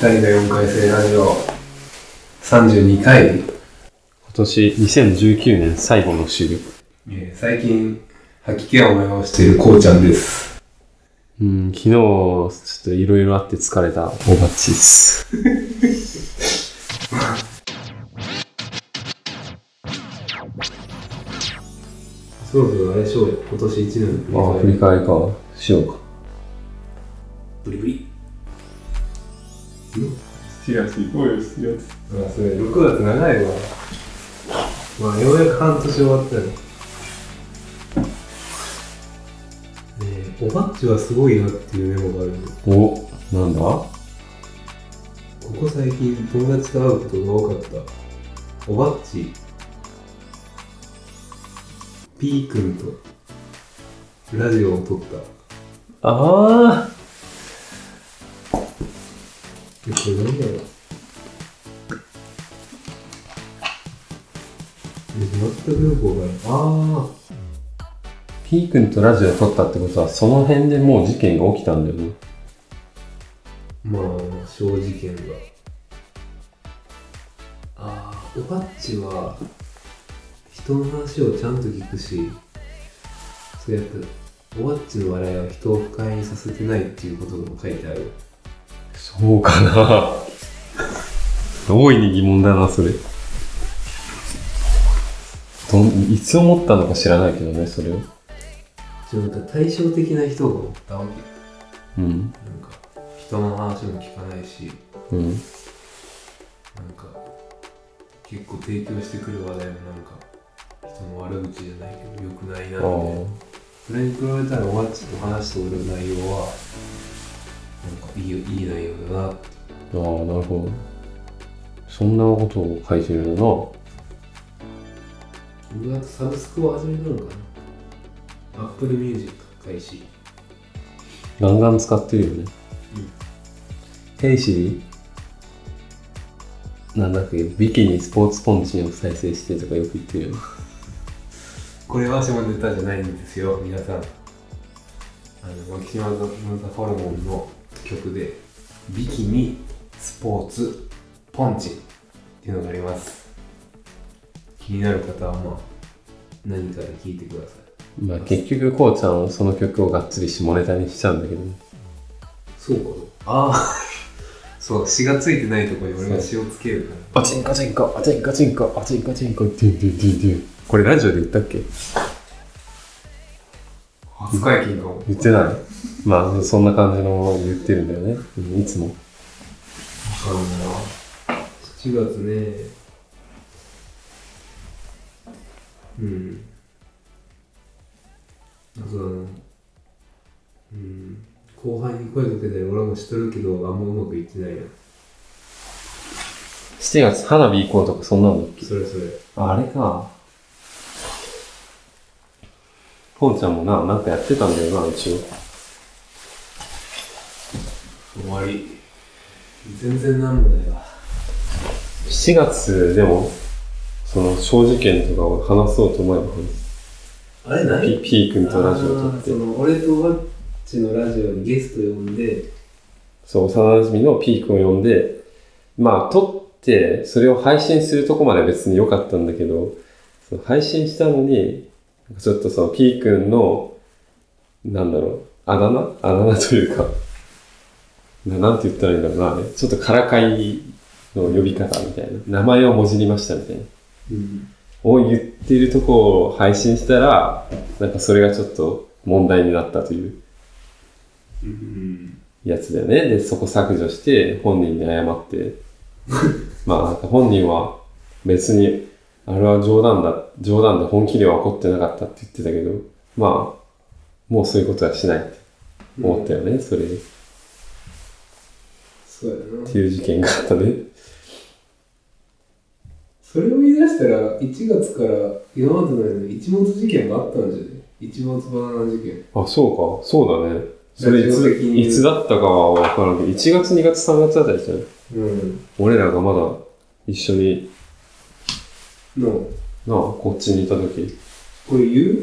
人の4回生ラジオ32回。 今年2019年最後の週。 最近吐き気を催しているこうちゃんです。 昨日ちょっといろいろあって疲れたおばっちです。 そろそろあれしようよ、今年1年の振り返りかしようか。 ブリブリ。 7月行こうよ、7月。 それ6月長いわ。ようやく半年終わったよ。おばっちはすごいなっていうメモがあるの。 なんだ？ ここ最近友達と会うことが多かった。おばっち、P 君とラジオを撮った。 ああ。 これ何だろう。全くよくわからない。 P 君とラジオを撮ったってことはその辺でもう事件が起きたんだよね。 小事件が。おばっちは人の話をちゃんと聞くし、そうやっておばっちの笑いは人を不快にさせてないっていうことも書いてある。 そうかな。大いに疑問だな、それ。いつ思ったのか知らないけどね、それを。 なんか対照的な人がおったわけ。 なんか人の話も聞かないし、なんか結構提供してくる話題もなんか人の悪口じゃないけど良くないなみたいな。それに比べたらおばっちと話しておる内容はなんかいい内容だなって。 なるほど。そんなことを書いてるんだな。 僕はサブスクを始めたのかな。Apple Music 開始。 ガンガン使ってるよね。ヘイシーなんだっけ、ビキニスポーツポンチを再生してとかよく言ってるよね。 これは下ネタじゃないんですよ、皆さん。マキシマムザホルモンの曲でビキニスポーツポンチっていうのがあります。気になる方は何かで聞いてください。 結局こうちゃんその曲をがっつり下ネタにしちゃうんだけどね。 そうかそう、詩がついてないところに俺が詩をつけるから。 あちんかちんか、あちんかちんか、あちんかちんか、デュンデュンデュンデュン。これラジオで言ったっけ？ 初解禁かも。 言ってない。そんな感じの言ってるんだよね。いつも。 わかんないな。7月ね。後輩に声かけたり俺もしとるけどあんまうまくいってないな。 7月花火行こうとかそんなんだっけ？ それあれか。ポンちゃんもなんかやってたんだよな、一応。 終わり。全然なんもないわ。 7月でもその小事件とかを話そうと思えばあれ何？ P 君とラジオ撮って。 俺とおばっちのラジオにゲスト呼んで、 そう、幼馴染の P 君を呼んで、撮ってそれを配信するとこまでは別に良かったんだけど、その配信したのにちょっとその P 君のあだ名というかなんて言ったらいいんだろうな、あれちょっとからかいの呼び方みたいな、名前をもじりましたみたいな、を言ってるとこを配信したらそれがちょっと問題になったというやつだよね。でそこ削除して本人に謝って本人は別にあれは冗談で本気では怒ってなかったって言ってたけど、もうそういうことはしないって思ったよね、それで。 そうやな。 っていう事件があったね。 それを言い出したら1月から今までのように一物事件があったんじゃない？一物バナナ事件。 そうか、そうだね。それいつだったかは分からんけど、1月、2月、3月あたりじゃない？俺らがまだ一緒にこっちにいた時。 これ言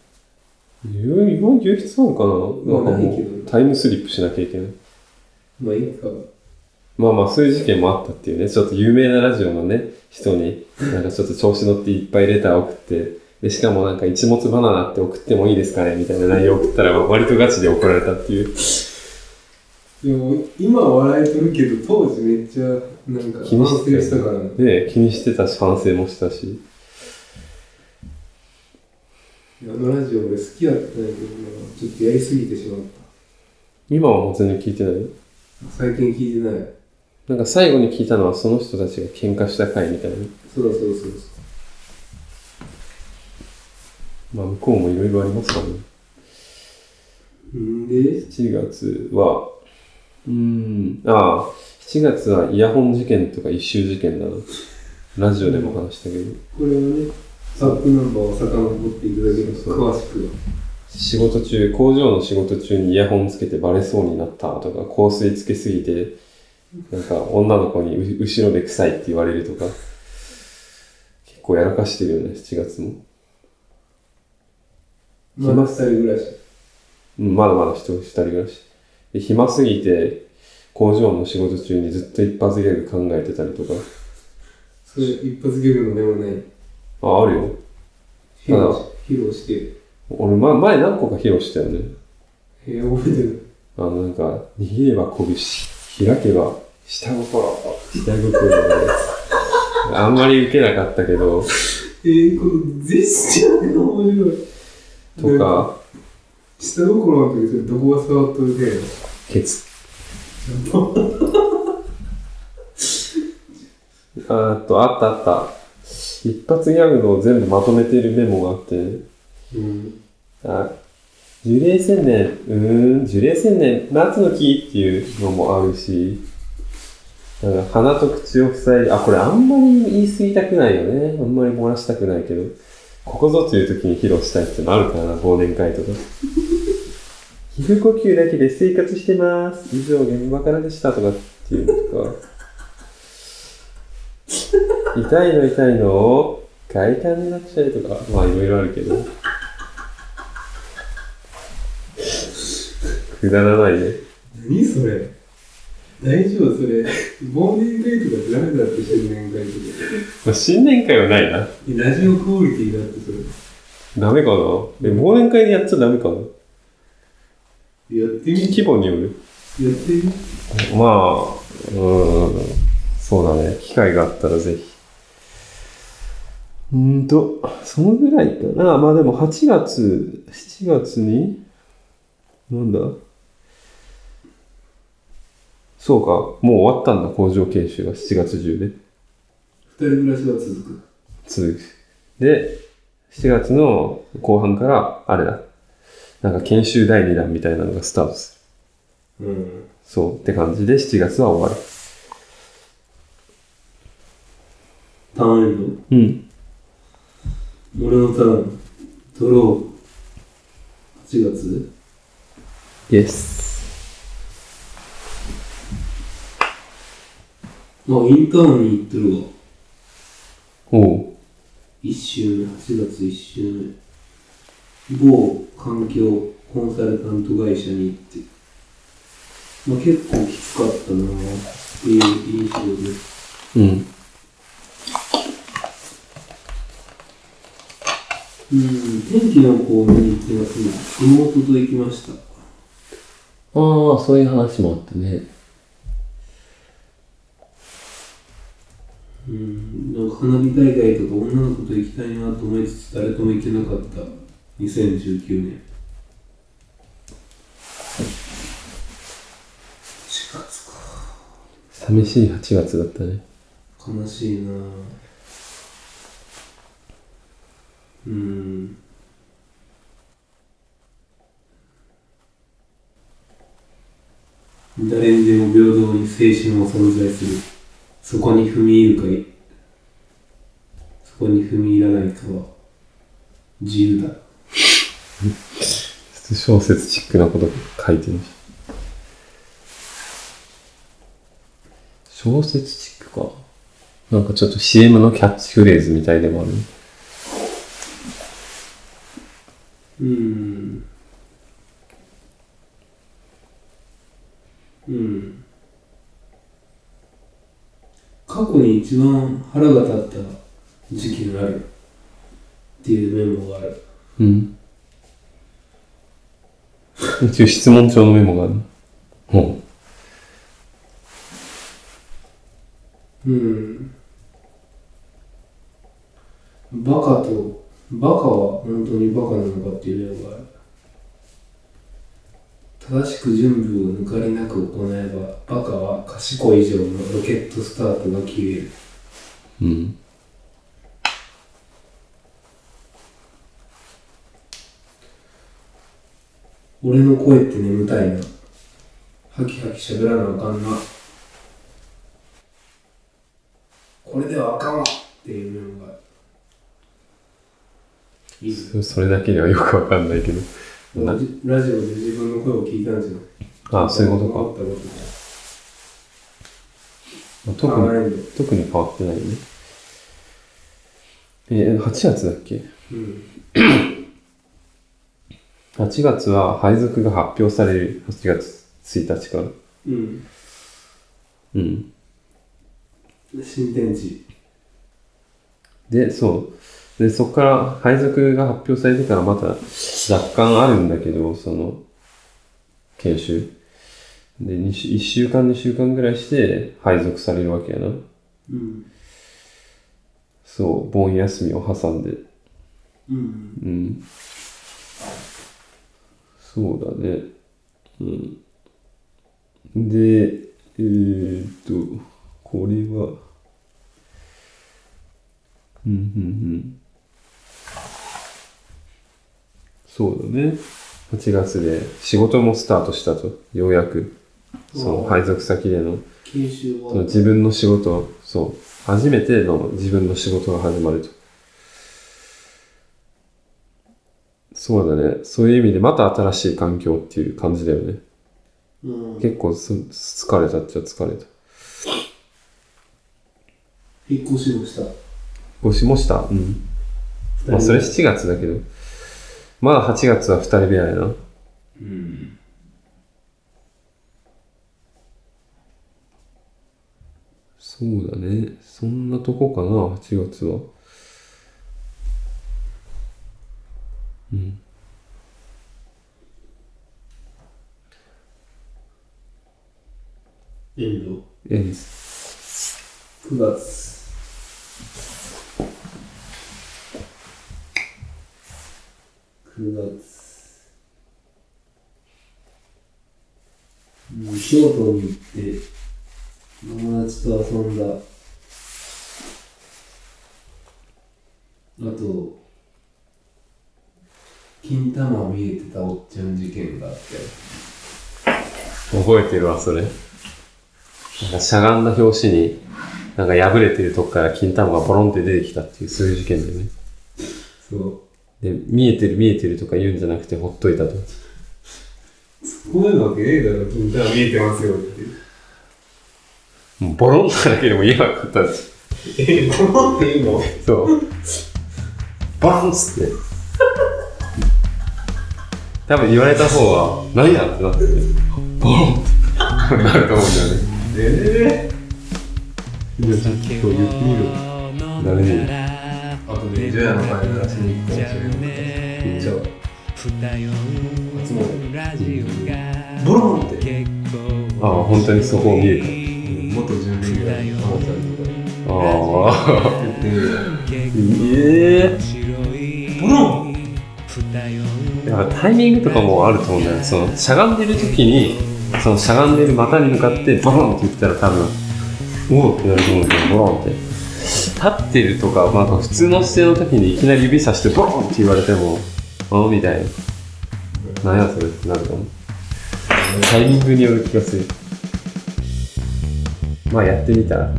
う必要なのかな？ ないけど。 タイムスリップしなきゃいけない。 いいか。 まあまあそういう事件もあったっていうね、ちょっと有名なラジオのね、人に、なんかちょっと調子乗っていっぱいレター送って、で、しかもなんか一物バナナって送ってもいいですかねみたいな内容を送ったら割とガチで怒られたっていう。 でも今笑えてるけど、当時めっちゃなんか気に反省してしたからね。気にしてたし、反省もしたし。 あのラジオ俺好きだったんだけどな、ちょっとやりすぎてしまった。 今はもう全然聞いてない。 最近聞いてない。 なんか最後に聞いたのはその人たちが喧嘩した回みたいな。 そうそう。 まあ向こうもいろいろありますからね。 んで 7月は、7月はイヤホン事件とか一周事件だな。ラジオでも話したけど。 これはね、バックナンバーを遡っていただけると詳しく。 仕事中、工場の仕事中にイヤホンつけてバレそうになったとか、香水つけすぎて、なんか女の子に後ろで臭いって言われるとか、結構やらかしてるよね、7月も。 まだ2人暮らし。 まだまだ一人暮らし。で暇すぎて、工場の仕事中にずっと一発ギャグ考えてたりとか。 それ一発ギャグのメモない？ あるよ。 披露して。 俺、前何個か披露したよね。 覚えてる。 なんか、握れば拳、開けば下心のやつ。あんまり受けなかったけど。 このジェスチャーが面白い。 とか、 下心の時それどこが触っとるけん？ ケツ。あった。一発ギャグの全部まとめているメモがあって、樹齢1000年、樹齢1000年、夏の木っていうのもあるし、なんか鼻と口を塞いで、これあんまり言い過ぎたくないよね。あんまり漏らしたくないけど、ここぞという時に披露したいってのあるからな、忘年会とか。皮膚呼吸だけで生活してます。以上、現場からでしたとかっていうのとか。痛いの快感になっちゃうとか、まあいろいろあるけど。くだらないね。 何それ？大丈夫それ？忘年会とかダメだって新年会とか。 新年会はないな。 ラジオクオリティだってそれ。 ダメかな？忘年会でやっちゃダメかな？ やってみ？ 規模による。 やってみ？ そうだね。機会があったらぜひ。そのぐらいかな。まあでも7月に、なんだ？そうか。もう終わったんだ、工場研修が7月中で。 二人暮らしは続く。で、7月の後半から、あれだ。なんか研修第2弾みたいなのがスタートする。そうって感じで7月は終わる。 ターン俺のターン。ドロー。8月？ Yes。 インターンに行ってるわ。1週目、8月1週目。某環境コンサルタント会社に行って。結構きつかったなっていう印象です。天気の子を見に行ってますね。妹と行きました。 そういう話もあったね。 なんか花火大会とか女の子と行きたいなと思いつつ誰とも行けなかった2019年。8月か。 寂しい8月だったね。 悲しいな。誰にでも平等に精神を存在する。そこに踏み入るかい、そこに踏み入らないかは自由だ。 小説チックなこと書いてるし。小説チックか。なんかちょっと CM のキャッチフレーズみたいでもある。 過去に一番腹が立った時期があるっていうメモがある。 うん。一応質問帳のメモがある。 うん。バカは本当にバカなのかっていうメモがある。正しく準備を抜かりなく行えば、バカは賢い以上のロケットスタートが切れる。 うん。 俺の声って眠たいな。ハキハキ喋らなあかんな。これではあかんわっていうメモがある。いいね。 それだけではよくわかんないけど。 ラジオで自分の声を聞いたんじゃない？ ああ、そういうことか。特に変わってないね。8月だっけ？ うん。 8月は配属が発表される。8月1日から。 うん。 うん。 新天地。 で、そう。で、そこから配属が発表されてからまた若干あるんだけど、その、研修。で、1週間、2週間ぐらいして配属されるわけやな。 うん。 そう、盆休みを挟んで。 うん。 うん。そうだね。うん。で、これは、そうだね。8月で仕事もスタートしたと。ようやく。その配属先での。 研修はその自分の仕事、そう。初めての自分の仕事が始まると。そうだね。そういう意味でまた新しい環境っていう感じだよね。 うん、 結構疲れたっちゃ疲れた。 引っ越しもした。 引っ越しもした。うん。まあそれ7月だけど。まだ8月は2人部屋やな。 うん。 そうだね。そんなとこかな、8月は。うん。 エンド。 エンス。 9月。京都に行って友達と遊んだ。あと金玉見えてたおっちゃん事件があって覚えてるわ、それ。なんかしゃがんだ拍子になんか破れてるとこから金玉がボロンって出てきたっていう、そういう事件だよね。 そうで、見えてるとか言うんじゃなくてほっといたと。 こういうわけねえだろ、金玉見えてますよってもうボロンだけでも言えばよかったんですよ。ボロンって言うの？ そう。ボロンっつって。多分言われた方は何やってなってボロンってなると思うんだよね。いや、ちょっと言ってみろ。誰に？ あとでジョヤの会話しに行くかもしれない。じゃあ初詣ボロンって。 ああ、本当にそこを見えた。 元準レギュラーの浜ちゃんとかにああ。 言ってみる。ボロン。 いや、タイミングとかもあると思うんだよね。そのしゃがんでる時に、そのしゃがんでる股に向かってボロンって言ったら多分おおってなると思うんだけど、ボロンって立ってるとか、まあ、普通の姿勢の時にいきなり指さしてボロンって言われてもあみたいな、何やそれってなるかも。タイミングによる気がする。まあやってみたら、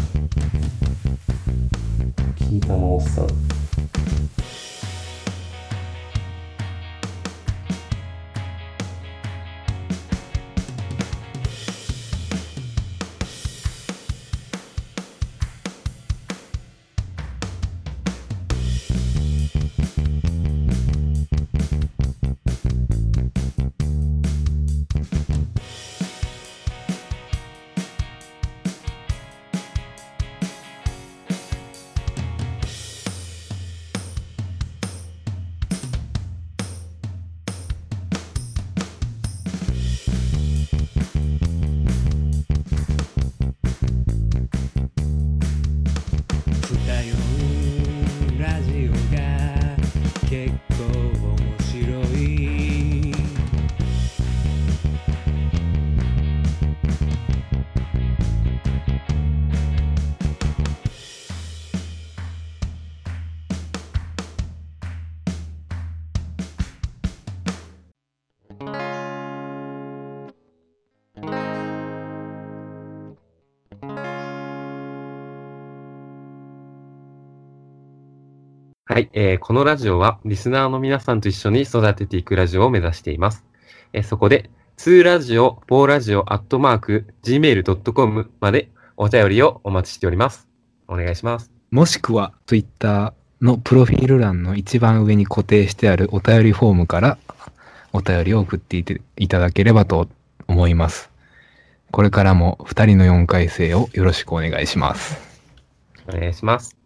金玉おっさん。 結構面白い。 はい、このラジオはリスナーの皆さんと一緒に育てていくラジオを目指しています。そこで、2ラジオ、4ラジオ、@gmail.com までお便りをお待ちしております。お願いします。 もしくは Twitter のプロフィール欄の一番上に固定してあるお便りフォームからお便りを送っていただければと思います。これからも2人の4回生をよろしくお願いします。 お願いします。